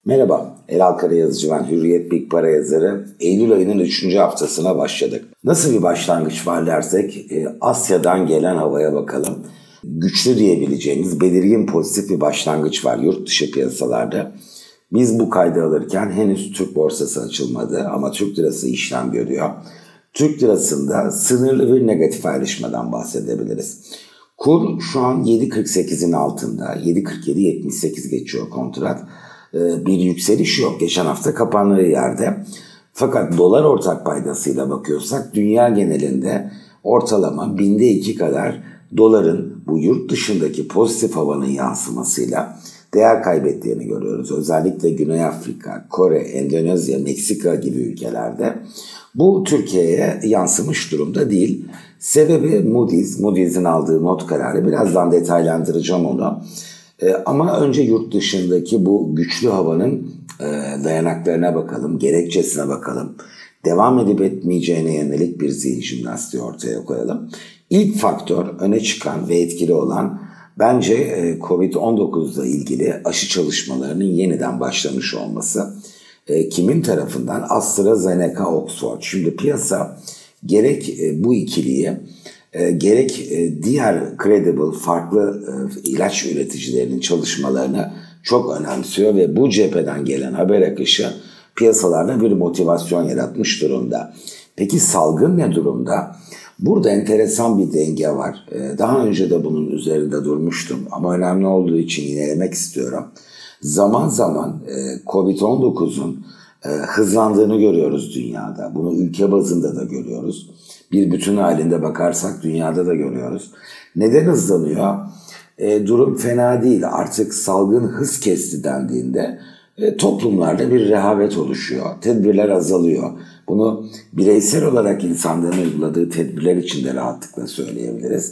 Merhaba, Elal Karayazıcı ben, Hürriyet Big Para yazarı. Eylül ayının 3. haftasına başladık. Nasıl bir başlangıç var dersek, Asya'dan gelen havaya bakalım. Güçlü diyebileceğimiz belirgin pozitif bir başlangıç var yurt dışı piyasalarda. Biz bu kaydı alırken henüz Türk borsası açılmadı ama Türk lirası işlem görüyor. Türk lirasında sınırlı bir negatif ayrışmadan bahsedebiliriz. Kur şu an 7.48'in altında, 7.47-78 geçiyor kontrat. Bir yükseliş yok. Geçen hafta kapandığı yerde. Fakat dolar ortak paydasıyla bakıyorsak dünya genelinde ortalama 2 kadar doların bu yurt dışındaki pozitif havanın yansımasıyla değer kaybettiğini görüyoruz. Özellikle Güney Afrika, Kore, Endonezya, Meksika gibi ülkelerde. Bu Türkiye'ye yansımış durumda değil. Sebebi Moody's'in aldığı not kararı. Birazdan detaylandıracağım onu. Ama önce yurt dışındaki bu güçlü havanın dayanaklarına bakalım, gerekçesine bakalım. Devam edip etmeyeceğine yönelik bir zihin jimnastiği ortaya koyalım. İlk faktör, öne çıkan ve etkili olan bence Covid-19 ile ilgili aşı çalışmalarının yeniden başlamış olması. Kimin tarafından? AstraZeneca, Oxford. Şimdi piyasa gerek bu ikiliyi gerek diğer credible farklı ilaç üreticilerinin çalışmalarını çok önemsiyor ve bu cepheden gelen haber akışı piyasalarda bir motivasyon yaratmış durumda. Peki salgın ne durumda? Burada enteresan bir denge var. Daha önce de bunun üzerinde durmuştum ama önemli olduğu için yinelemek istiyorum. Zaman zaman Covid-19'un hızlandığını görüyoruz dünyada. Bunu ülke bazında da görüyoruz. Bir bütün halinde bakarsak dünyada da görüyoruz. Neden hızlanıyor? Durum fena değil. Artık salgın hız kesti dendiğinde toplumlarda bir rehavet oluşuyor. Tedbirler azalıyor. Bunu bireysel olarak insanların uyguladığı tedbirler için de rahatlıkla söyleyebiliriz.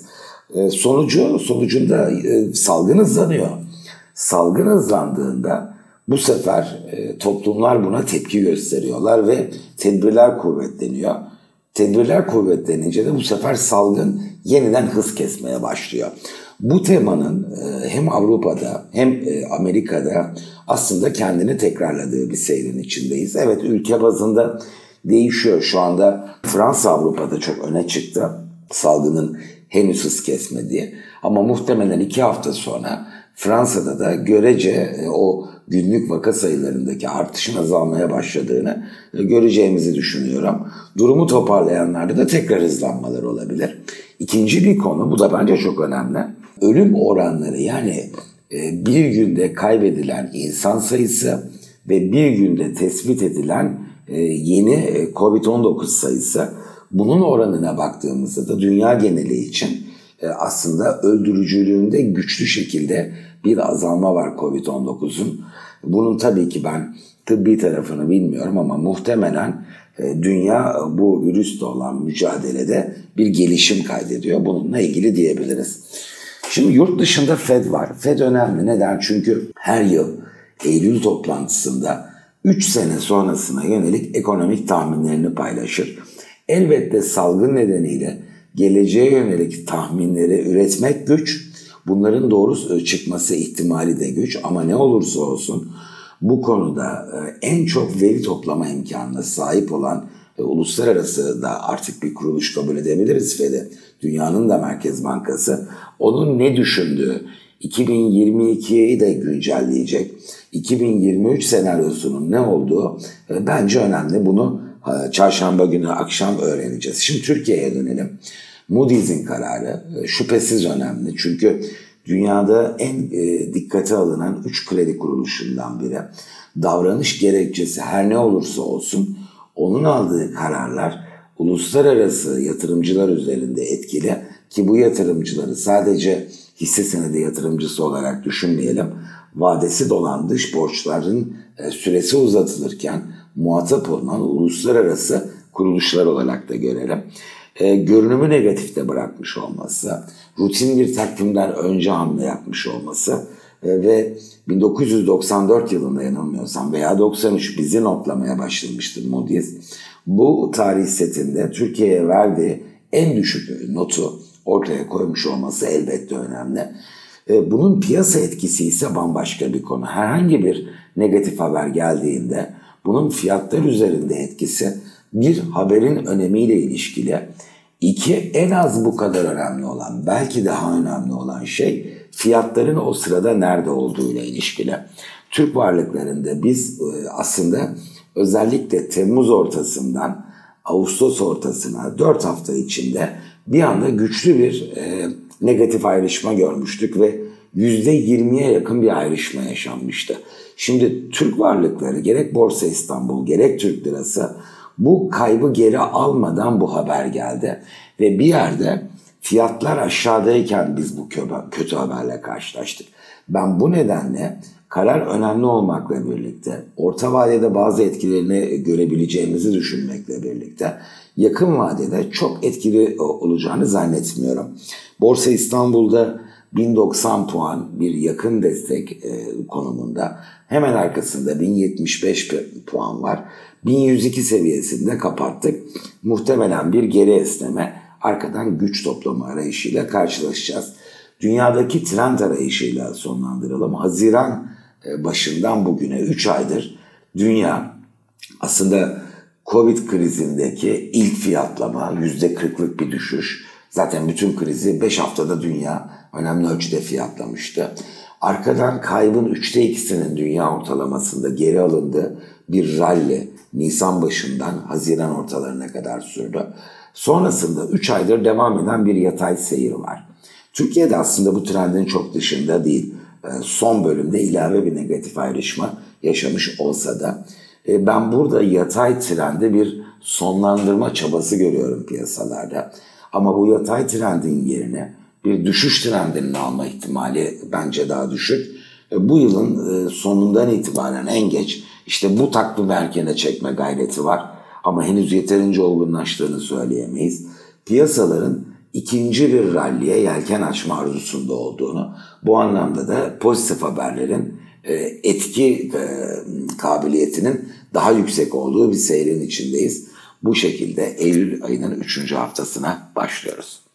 Sonucunda salgın hızlanıyor. Salgın hızlandığında bu sefer toplumlar buna tepki gösteriyorlar ve tedbirler kuvvetleniyor. Tedbirler kuvvetlenince de bu sefer salgın yeniden hız kesmeye başlıyor. Bu temanın hem Avrupa'da hem Amerika'da aslında kendini tekrarladığı bir seyrin içindeyiz. Evet, ülke bazında değişiyor. Şu anda Fransa Avrupa'da çok öne çıktı salgının henüz hız kesmediği. Ama muhtemelen 2 hafta sonra Fransa'da da görece o günlük vaka sayılarındaki artışın azalmaya başladığını göreceğimizi düşünüyorum. Durumu toparlayanlarda da tekrar hızlanmalar olabilir. İkinci bir konu, bu da bence çok önemli. Ölüm oranları, yani bir günde kaybedilen insan sayısı ve bir günde tespit edilen yeni Covid-19 sayısı, bunun oranına baktığımızda da dünya geneli için aslında öldürücülüğünde güçlü şekilde bir azalma var Covid-19'un. Bunun tabii ki ben tıbbi tarafını bilmiyorum ama muhtemelen dünya bu virüsle olan mücadelede bir gelişim kaydediyor. Bununla ilgili diyebiliriz. Şimdi yurt dışında Fed var. Fed önemli. Neden? Çünkü her yıl Eylül toplantısında 3 sene sonrasına yönelik ekonomik tahminlerini paylaşır. Elbette salgın nedeniyle geleceğe yönelik tahminleri üretmek güç. Bunların doğru çıkması ihtimali de güç ama ne olursa olsun bu konuda en çok veri toplama imkanına sahip olan uluslararası da artık bir kuruluş kabul edebiliriz Fed'i. Dünyanın da Merkez Bankası. Onun ne düşündüğü, 2022'yi de güncelleyecek, 2023 senaryosunun ne olduğu bence önemli. Bunu çarşamba günü akşam öğreneceğiz. Şimdi Türkiye'ye dönelim. Moody's'in kararı şüphesiz önemli. Çünkü dünyada en dikkate alınan 3 kredi kuruluşundan biri. Davranış gerekçesi her ne olursa olsun onun aldığı kararlar uluslararası yatırımcılar üzerinde etkili ki bu yatırımcıları sadece hisse senedi yatırımcısı olarak düşünmeyelim. Vadesi dolan dış borçların süresi uzatılırken muhatap olunan uluslararası kuruluşlar olarak da görelim. Görünümü negatifte bırakmış olması, rutin bir takvimden önce hamle yapmış olması ve 1994 yılında yanılmıyorsam veya 93 bizi notlamaya başlamıştır Moody's. Bu tarih setinde Türkiye'ye verdiği en düşük notu ortaya koymuş olması elbette önemli. Bunun piyasa etkisi ise bambaşka bir konu. Herhangi bir negatif haber geldiğinde bunun fiyatlar üzerinde etkisi, bir, haberin önemiyle ilişkili, iki, en az bu kadar önemli olan, belki daha önemli olan şey fiyatların o sırada nerede olduğuyla ilişkili. Türk varlıklarında biz aslında özellikle Temmuz ortasından Ağustos ortasına 4 hafta içinde bir anda güçlü bir negatif ayrışma görmüştük ve %20'ye yakın bir ayrışma yaşanmıştı. Şimdi Türk varlıkları, gerek Borsa İstanbul gerek Türk Lirası bu kaybı geri almadan bu haber geldi. Ve bir yerde fiyatlar aşağıdayken biz bu kötü haberle karşılaştık. Ben bu nedenle karar önemli olmakla birlikte, orta vadede bazı etkilerini görebileceğimizi düşünmekle birlikte yakın vadede çok etkili olacağını zannetmiyorum. Borsa İstanbul'da 1090 puan bir yakın destek konumunda. Hemen arkasında 1075 puan var. 1102 seviyesinde kapattık. Muhtemelen bir geri esneme, arkadan güç toplama arayışıyla karşılaşacağız. Dünyadaki trend arayışıyla sonlandıralım. Haziran başından bugüne 3 aydır dünya aslında Covid krizindeki ilk fiyatlama, %40'lık bir düşüş. Zaten bütün krizi 5 haftada dünya önemli ölçüde fiyatlamıştı. Arkadan kaybın 2/3'inin dünya ortalamasında geri alındığı bir rally Nisan başından Haziran ortalarına kadar sürdü. Sonrasında 3 aydır devam eden bir yatay seyir var. Türkiye'de aslında bu trendin çok dışında değil. Son bölümde ilave bir negatif ayrışma yaşamış olsa da ben burada yatay trende bir sonlandırma çabası görüyorum piyasalarda. Ama bu yatay trendin yerine bir düşüş trendinin alma ihtimali bence daha düşük. Bu yılın sonundan itibaren en geç işte bu takvim erkene çekme gayreti var. Ama henüz yeterince olgunlaştığını söyleyemeyiz. Piyasaların ikinci bir ralliye yelken açma arzusunda olduğunu, bu anlamda da pozitif haberlerin etki kabiliyetinin daha yüksek olduğu bir seyrin içindeyiz. Bu şekilde Eylül ayının 3. haftasına başlıyoruz.